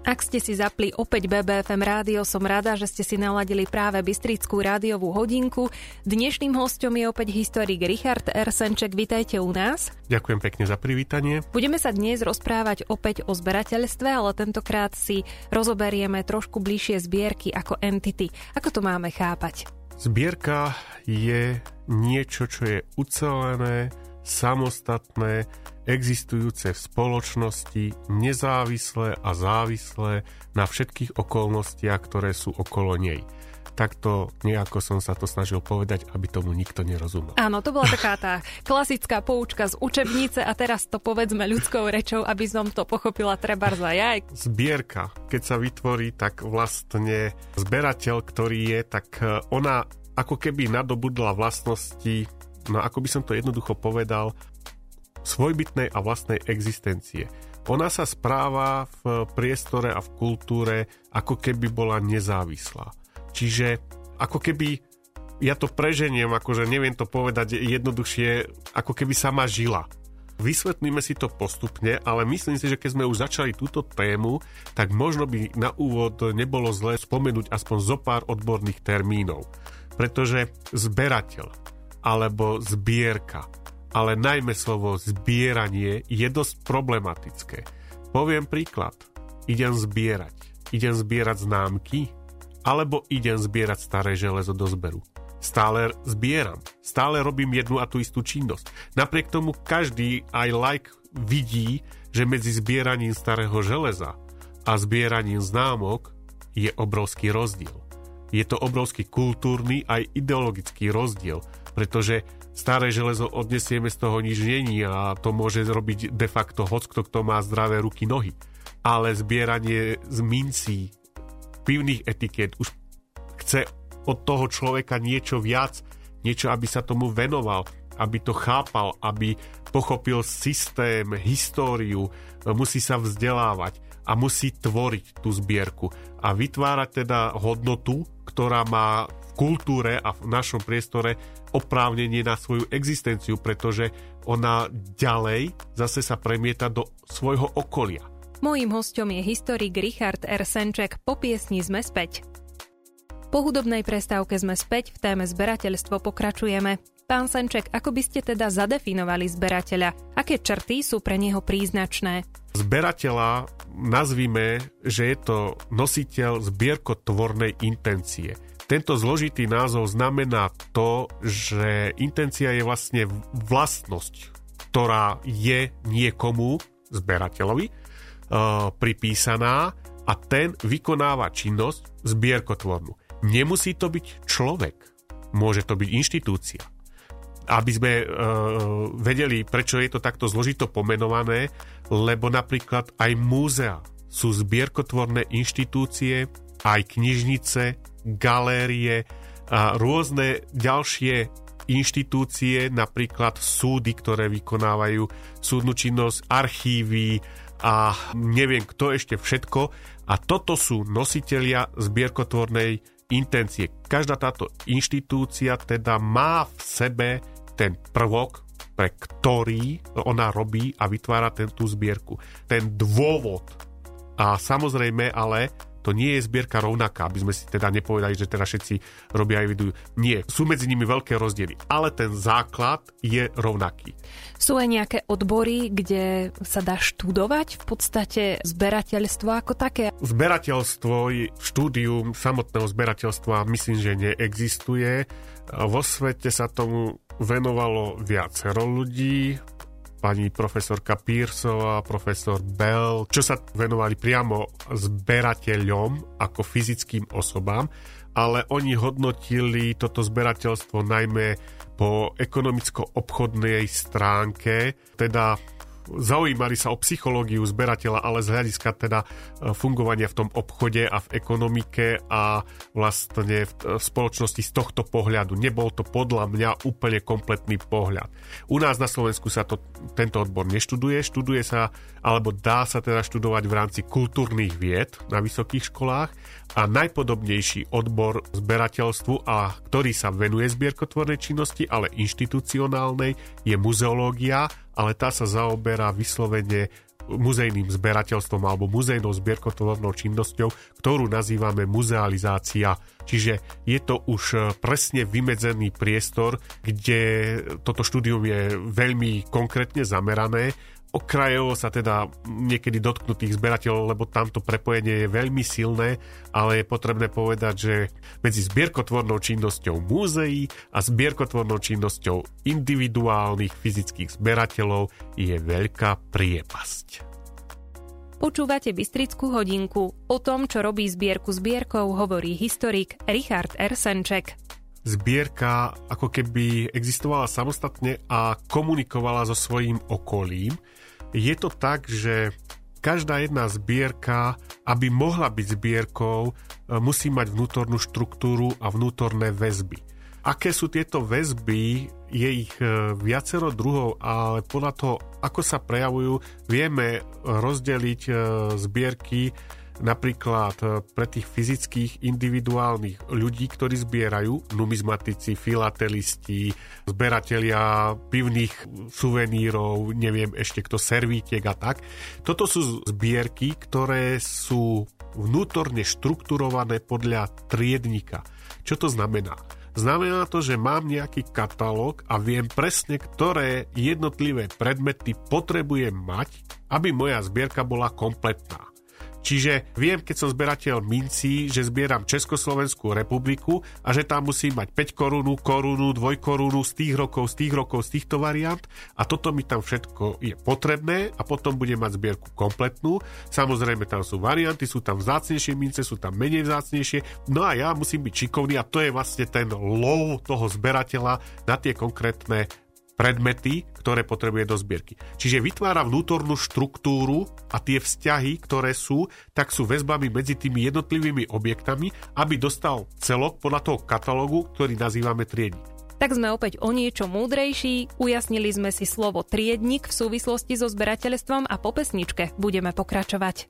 Ak ste si zapli opäť BBFM rádio, som rada, že ste si naladili práve Bystrickú rádiovú hodinku. Dnešným hosťom je opäť historik Richard R. Senček. Vitajte u nás. Ďakujem pekne za privítanie. Budeme sa dnes rozprávať opäť o zberateľstve, ale tentokrát si rozoberieme trošku bližšie zbierky ako entity. Ako to máme chápať? Zbierka je niečo, čo je ucelené, samostatné, existujúce v spoločnosti, nezávislé a závislé na všetkých okolnostiach, ktoré sú okolo nej. Takto nejako som sa to snažil povedať, aby tomu nikto nerozumel. Áno, to bola taká tá klasická poučka z učebnice a teraz to povedzme ľudskou rečou, aby som to pochopila trebárs aj ja. Zbierka, keď sa vytvorí, tak vlastne zberateľ, ktorý je, tak ona ako keby nadobudla vlastnosti, no ako by som to jednoducho povedal, svojbytnej a vlastnej existencie. Ona sa správa v priestore a v kultúre, ako keby bola nezávislá. Čiže ako keby, ja to preženiem, akože neviem to povedať jednoduchšie, ako keby sama žila. Vysvetlíme si to postupne, ale myslím si, že keď sme už začali túto tému, tak možno by na úvod nebolo zlé spomenúť aspoň zo pár odborných termínov. Pretože zberateľ alebo zbierka, ale najmä slovo zbieranie je dosť problematické. Poviem príklad. Idem zbierať známky, alebo idem zbierať staré železo do zberu. Stále zbieram, stále robím jednu a tú istú činnosť. Napriek tomu každý aj laik vidí, že medzi zbieraním starého železa a zbieraním známok je obrovský rozdiel. Je to obrovský kultúrny aj ideologický rozdiel, pretože staré železo odnesieme, z toho nič není a to môže robiť de facto hockto, kto má zdravé ruky, nohy. Ale zbieranie z mincí, pivných etiket už chce od toho človeka niečo viac, niečo, aby sa tomu venoval, aby to chápal, aby pochopil systém, históriu, musí sa vzdelávať a musí tvoriť tú zbierku a vytvárať teda hodnotu, ktorá má v kultúre a v našom priestore oprávnenie na svoju existenciu, pretože ona ďalej zase sa premieta do svojho okolia. Mojím hosťom je historik Richard R. Senček. Po piesni sme späť. Po hudobnej prestávke sme späť, v téme zberateľstvo pokračujeme. Pán Senček, ako by ste teda zadefinovali zberateľa? Aké črty sú pre neho príznačné? Zberateľa nazvime, že je to nositeľ zbierkotvornej intencie. Tento zložitý názov znamená to, že intencia je vlastne vlastnosť, ktorá je niekomu, zberateľovi, pripísaná a ten vykonáva činnosť zbierkotvornú. Nemusí to byť človek, môže to byť inštitúcia. Aby sme vedeli, prečo je to takto zložito pomenované, lebo napríklad aj múzea sú zbierkotvorné inštitúcie, aj knižnice, galérie a rôzne ďalšie inštitúcie, napríklad súdy, ktoré vykonávajú súdnu činnosť, archívy a neviem kto ešte všetko. A toto sú nositelia zbierkotvornej intencie. Každá táto inštitúcia teda má v sebe ten prvok, pre ktorý ona robí a vytvára tú zbierku. Ten dôvod. A samozrejme, ale to nie je zbierka rovnaká, aby sme si teda nepovedali, že teda všetci robia aj vidujú. Nie, sú medzi nimi veľké rozdiely, ale ten základ je rovnaký. Sú aj nejaké odbory, kde sa dá študovať v podstate zberateľstvo ako také? Zberateľstvo, štúdium samotného zberateľstva myslím, že neexistuje. Vo svete sa tomu venovalo viacero ľudí, pani profesorka Pearsová, profesor Bell, čo sa venovali priamo zberateľom ako fyzickým osobám, ale oni hodnotili toto zberateľstvo najmä po ekonomicko-obchodnej stránke, teda zaujímali sa o psychológiu zberateľa, ale z hľadiska teda fungovania v tom obchode a v ekonomike a vlastne v spoločnosti z tohto pohľadu. Nebol to podľa mňa úplne kompletný pohľad. U nás na Slovensku sa tento odbor neštuduje, študuje sa, alebo dá sa teda študovať v rámci kultúrnych vied na vysokých školách a najpodobnejší odbor zberateľstvu, a ktorý sa venuje zbierkotvornej činnosti, ale inštitucionálnej, je muzeológia, ale tá sa zaoberá vyslovene muzejným zberateľstvom alebo muzejnou zbierkotvornou činnosťou, ktorú nazývame muzealizácia. Čiže je to už presne vymedzený priestor, kde toto štúdium je veľmi konkrétne zamerané. Okrajovo sa teda niekedy dotknú tých zberateľov, lebo tamto prepojenie je veľmi silné, ale je potrebné povedať, že medzi zbierkotvornou činnosťou múzeí a zbierkotvornou činnosťou individuálnych fyzických zberateľov je veľká priepasť. Počúvate Bystrickú hodinku. O tom, čo robí zbierku zbierkou, hovorí historik Richard R. Senček. Zbierka ako keby existovala samostatne a komunikovala so svojím okolím. Je to tak, že každá jedna zbierka, aby mohla byť zbierkou, musí mať vnútornú štruktúru a vnútorné väzby. Aké sú tieto väzby? Je ich viacero druhov, ale podľa toho, ako sa prejavujú, vieme rozdeliť zbierky napríklad pre tých fyzických individuálnych ľudí, ktorí zbierajú, numizmatici, filatelisti, zberatelia pivných suvenírov, neviem ešte kto, servítiek a tak. Toto sú zbierky, ktoré sú vnútorne štrukturované podľa triednika. Čo to znamená? Znamená to, že mám nejaký katalóg a viem presne, ktoré jednotlivé predmety potrebujem mať, aby moja zbierka bola kompletná. Čiže viem, keď som zberateľ mincí, že zbieram Československú republiku a že tam musím mať 5 korunu, 2 korunu z tých rokov, z týchto variant a toto mi tam všetko je potrebné a potom budem mať zbierku kompletnú. Samozrejme tam sú varianty, sú tam vzácnejšie mince, sú tam menej vzácnejšie, no a ja musím byť šikovný a to je vlastne ten lov toho zberateľa na tie konkrétne predmety, ktoré potrebuje do zbierky. Čiže vytvára vnútornú štruktúru a tie vzťahy, ktoré sú, tak sú väzbami medzi tými jednotlivými objektami, aby dostal celok podľa toho katalógu, ktorý nazývame triednik. Tak sme opäť o niečo múdrejší, ujasnili sme si slovo triednik v súvislosti so zberateľstvom a po pesničke budeme pokračovať.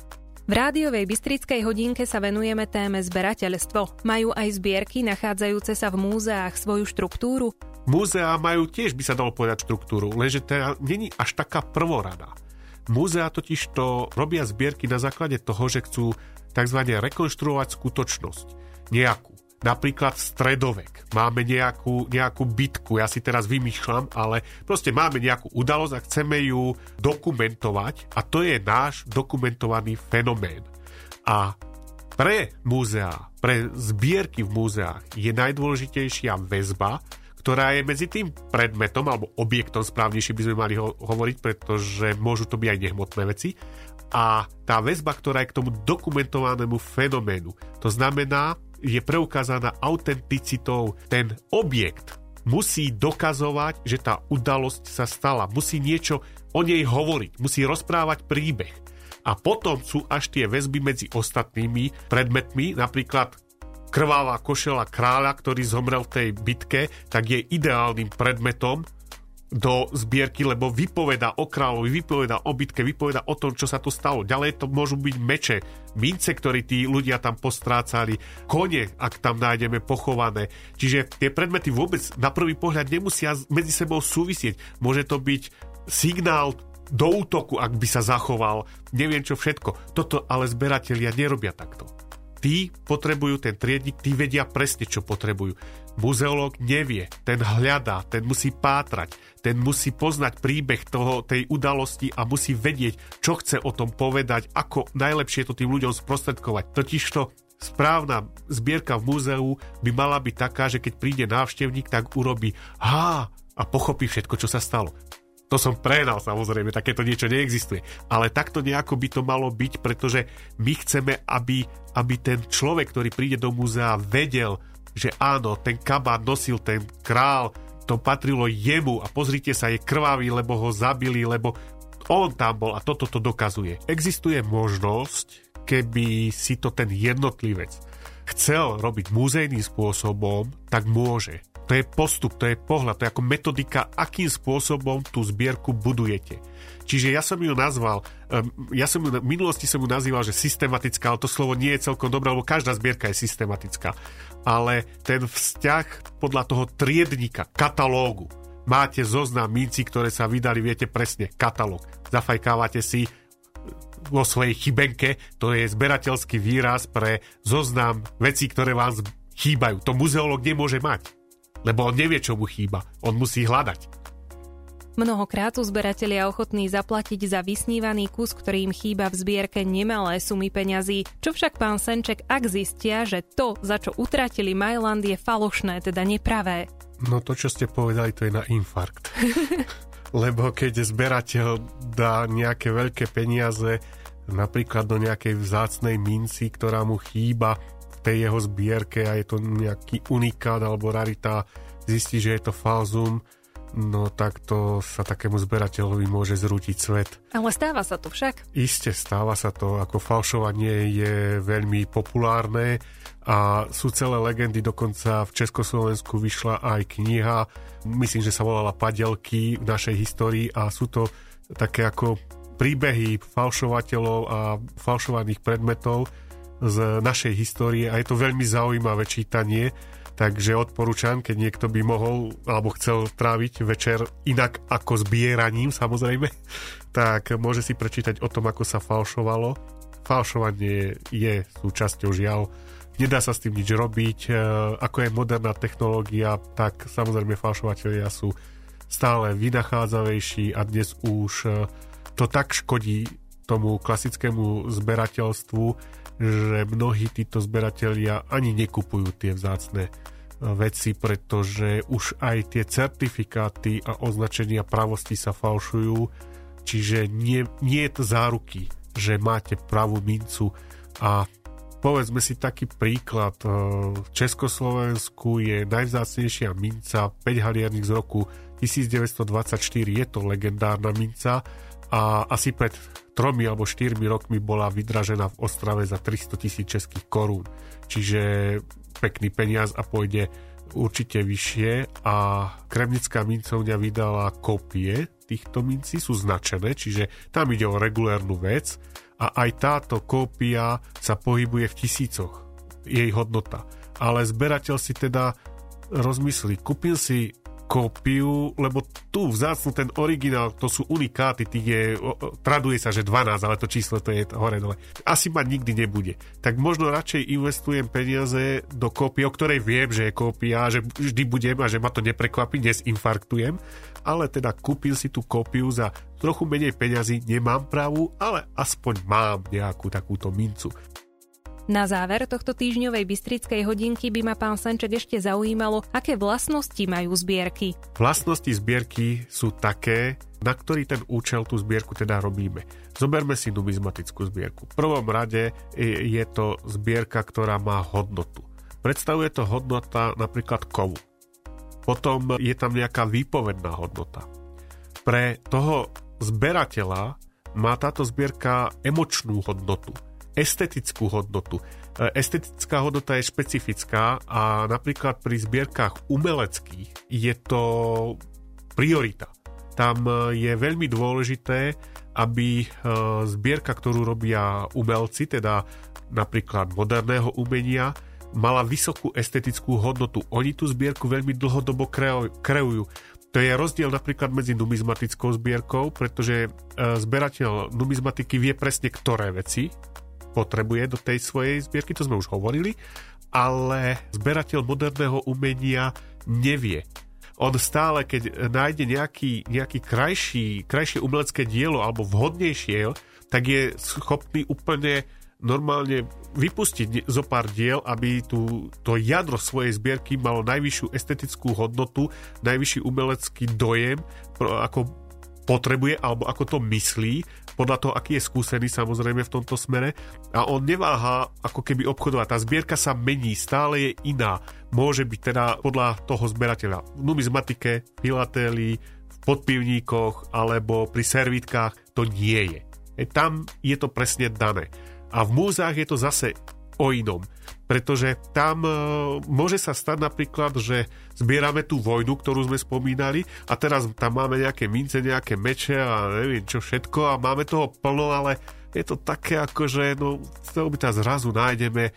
V rádiovej Bystrickej hodinke sa venujeme téme zberateľstvo. Majú aj zbierky nachádzajúce sa v múzeách svoju štruktúru? Múzeá majú tiež, by sa dalo povedať, štruktúru, lenže to není až taká prvorada. Múzeá totiž to robia zbierky na základe toho, že chcú tzv. Rekonštruovať skutočnosť. Nejakú. Napríklad stredovek. Máme nejakú bitku, ja si teraz vymýšľam, ale proste máme nejakú udalosť a chceme ju dokumentovať a to je náš dokumentovaný fenomén. A pre múzeá, pre zbierky v múzeách je najdôležitejšia väzba, ktorá je medzi tým predmetom alebo objektom, správnejšie by sme mali hovoriť, pretože môžu to byť aj nehmotné veci, a tá väzba, ktorá je k tomu dokumentovanému fenoménu. To znamená, je preukázaná autenticitou. Ten objekt musí dokazovať, že tá udalosť sa stala. Musí niečo o nej hovoriť. Musí rozprávať príbeh. A potom sú až tie väzby medzi ostatnými predmetmi, napríklad krvavá košela kráľa, ktorý zomrel v tej bitke, tak je ideálnym predmetom do zbierky, lebo vypoveda o kráľovi, vypoveda o bitke, vypoveda o tom, čo sa tu stalo. Ďalej to môžu byť meče, mince, ktoré tí ľudia tam postrácali, kone, ak tam nájdeme pochované. Čiže tie predmety vôbec na prvý pohľad nemusia medzi sebou súvisieť. Môže to byť signál do útoku, ak by sa zachoval. Neviem čo všetko. Toto ale zberatelia nerobia takto. Tí potrebujú ten triednik, tí vedia presne, čo potrebujú. Muzeológ nevie, ten hľadá, ten musí pátrať, ten musí poznať príbeh tej udalosti a musí vedieť, čo chce o tom povedať, ako najlepšie to tým ľuďom sprostredkovať. Totižto správna zbierka v múzeu by mala byť taká, že keď príde návštevník, tak urobí a pochopí všetko, čo sa stalo. To som prehnal, samozrejme, takéto niečo neexistuje. Ale takto nejako by to malo byť, pretože my chceme, aby ten človek, ktorý príde do múzea, vedel, že áno, ten kabát nosil ten král, to patrilo jemu a pozrite sa, je krvavý, lebo ho zabili, lebo on tam bol a toto to dokazuje. Existuje možnosť, keby si to ten jednotlivec chcel robiť múzejným spôsobom, tak môže. To je postup, to je pohľad, to je ako metodika, akým spôsobom tú zbierku budujete. Čiže ja som ju nazval, v minulosti som ju nazýval, že systematická, ale to slovo nie je celkom dobré, lebo každá zbierka je systematická. Ale ten vzťah podľa toho triednika, katalógu, máte zoznam mincí, ktoré sa vydali, viete presne, katalóg. Zafajkávate si vo svojej chybenke, to je zberateľský výraz pre zoznam vecí, ktoré vám chýbajú. To muzeológ nemôže mať, lebo on nevie, čo mu chýba. On musí hľadať. Mnohokrát sú zberatelia ochotní zaplatiť za vysnívaný kus, ktorý im chýba v zbierke nemalé sumy peňazí. Čo však pán Senček, ak zistia, že to, za čo utratili Mailand, je falošné, teda nepravé? No to, čo ste povedali, to je na infarkt. Lebo keď zberateľ dá nejaké veľké peniaze napríklad do nejakej vzácnej minci, ktorá mu chýba v tej jeho zbierke a je to nejaký unikát alebo rarita, zistí, že je to falzum, no tak to sa takému zberateľovi môže zrútiť svet. Ale stáva sa to však? Iste, stáva sa to. Ako falšovanie je veľmi populárne a sú celé legendy, dokonca v Československu vyšla aj kniha, myslím, že sa volala Padelky v našej histórii a sú to také ako príbehy falšovateľov a falšovaných predmetov z našej histórie a je to veľmi zaujímavé čítanie. Takže odporúčam, keď niekto by mohol alebo chcel tráviť večer inak ako zbieraním, samozrejme, tak môže si prečítať o tom, ako sa falšovalo. Falšovanie je súčasťou, žiaľ. Nedá sa s tým nič robiť. Ako je moderná technológia, tak samozrejme falšovatelia sú stále vynachádzavejší a dnes už to tak škodí tomu klasickému zberateľstvu, že mnohí títo zberatelia ani nekupujú tie vzácne veci, pretože už aj tie certifikáty a označenia pravosti sa falšujú, čiže nie je to záruky, že máte pravú mincu. A povedzme si taký príklad. V Československu je najvzácnejšia minca 5 halierných z roku 1924. Je to legendárna minca a asi pred 3 alebo 4 rokmi bola vydražená v Ostrave za 300 000 českých korún. Čiže pekný peniaz a pôjde určite vyššie a Kremnická mincovňa vydala kópie týchto mincí, sú značené, čiže tam ide o regulérnu vec a aj táto kópia sa pohybuje v tisícoch, jej hodnota. Ale zberateľ si teda rozmyslí, kúpil si kópiu, lebo tu vzácnu ten originál, to sú unikáty, traduje sa, že 12, ale to číslo to je hore dole. Asi mať nikdy nebude. Tak možno radšej investujem peniaze do kópie, o ktorej viem, že je kópia, že vždy budem a že ma to neprekvapí, nezinfarktujem, ale teda kúpil si tú kópiu za trochu menej peňazí, nemám pravú, ale aspoň mám nejakú takúto mincu. Na záver tohto týždňovej Bystrickej hodinky by ma pán Senček ešte zaujímalo, aké vlastnosti majú zbierky. Vlastnosti zbierky sú také, na ktorý ten účel tú zbierku teda robíme. Zoberme si numizmatickú zbierku. V prvom rade je to zbierka, ktorá má hodnotu. Predstavuje to hodnota napríklad kovu. Potom je tam nejaká výpovedná hodnota. Pre toho zberateľa má táto zbierka emočnú hodnotu, estetickú hodnotu. Estetická hodnota je špecifická a napríklad pri zbierkach umeleckých je to priorita. Tam je veľmi dôležité, aby zbierka, ktorú robia umelci, teda napríklad moderného umenia, mala vysokú estetickú hodnotu. Oni tú zbierku veľmi dlhodobo kreujú. To je rozdiel napríklad medzi numizmatickou zbierkou, pretože zberateľ numizmatiky vie presne, ktoré veci potrebuje do tej svojej zbierky, to sme už hovorili, ale zberateľ moderného umenia nevie. On stále, keď nájde nejaký krajšie umelecké dielo alebo vhodnejšie, tak je schopný úplne normálne vypustiť zo pár diel, aby to jadro svojej zbierky malo najvyššiu estetickú hodnotu, najvyšší umelecký dojem, ako potrebuje alebo ako to myslí, podľa toho, aký je skúsený samozrejme v tomto smere, a on neváha ako keby obchodovať. Tá zbierka sa mení, stále je iná. Môže byť teda podľa toho zberateľa v numizmatike, v filatélii, v podpivníkoch alebo pri servítkach to nie je. Tam je to presne dané. A v múzeách je to zase o inom. Pretože tam môže sa stať napríklad, že zbierame tú vojnu, ktorú sme spomínali, a teraz tam máme nejaké mince, nejaké meče a neviem čo všetko a máme toho plno, ale je to také ako, že zrazu nájdeme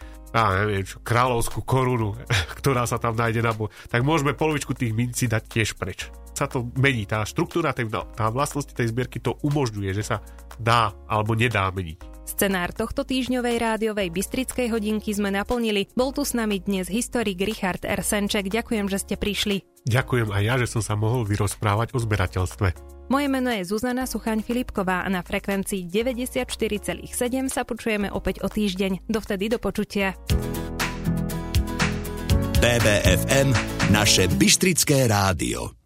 kráľovskú korunu, ktorá sa tam nájde na tak môžeme polovičku tých mincí dať tiež preč. sa to mení. Tá štruktúra, tá vlastnosť tej zbierky to umožňuje, že sa dá alebo nedá meniť. Scenár tohto týždňovej rádiovej Bystrickej hodinky sme naplnili. Bol tu s nami dnes historik Richard R. Senček. Ďakujem, že ste prišli. Ďakujem aj ja, že som sa mohol vyrozprávať o zberateľstve. Moje meno je Zuzana Suchaň-Filipková a na frekvencii 94,7 sa počujeme opäť o týždeň. Dovtedy do počutia. BBFM, naše bystrické rádio.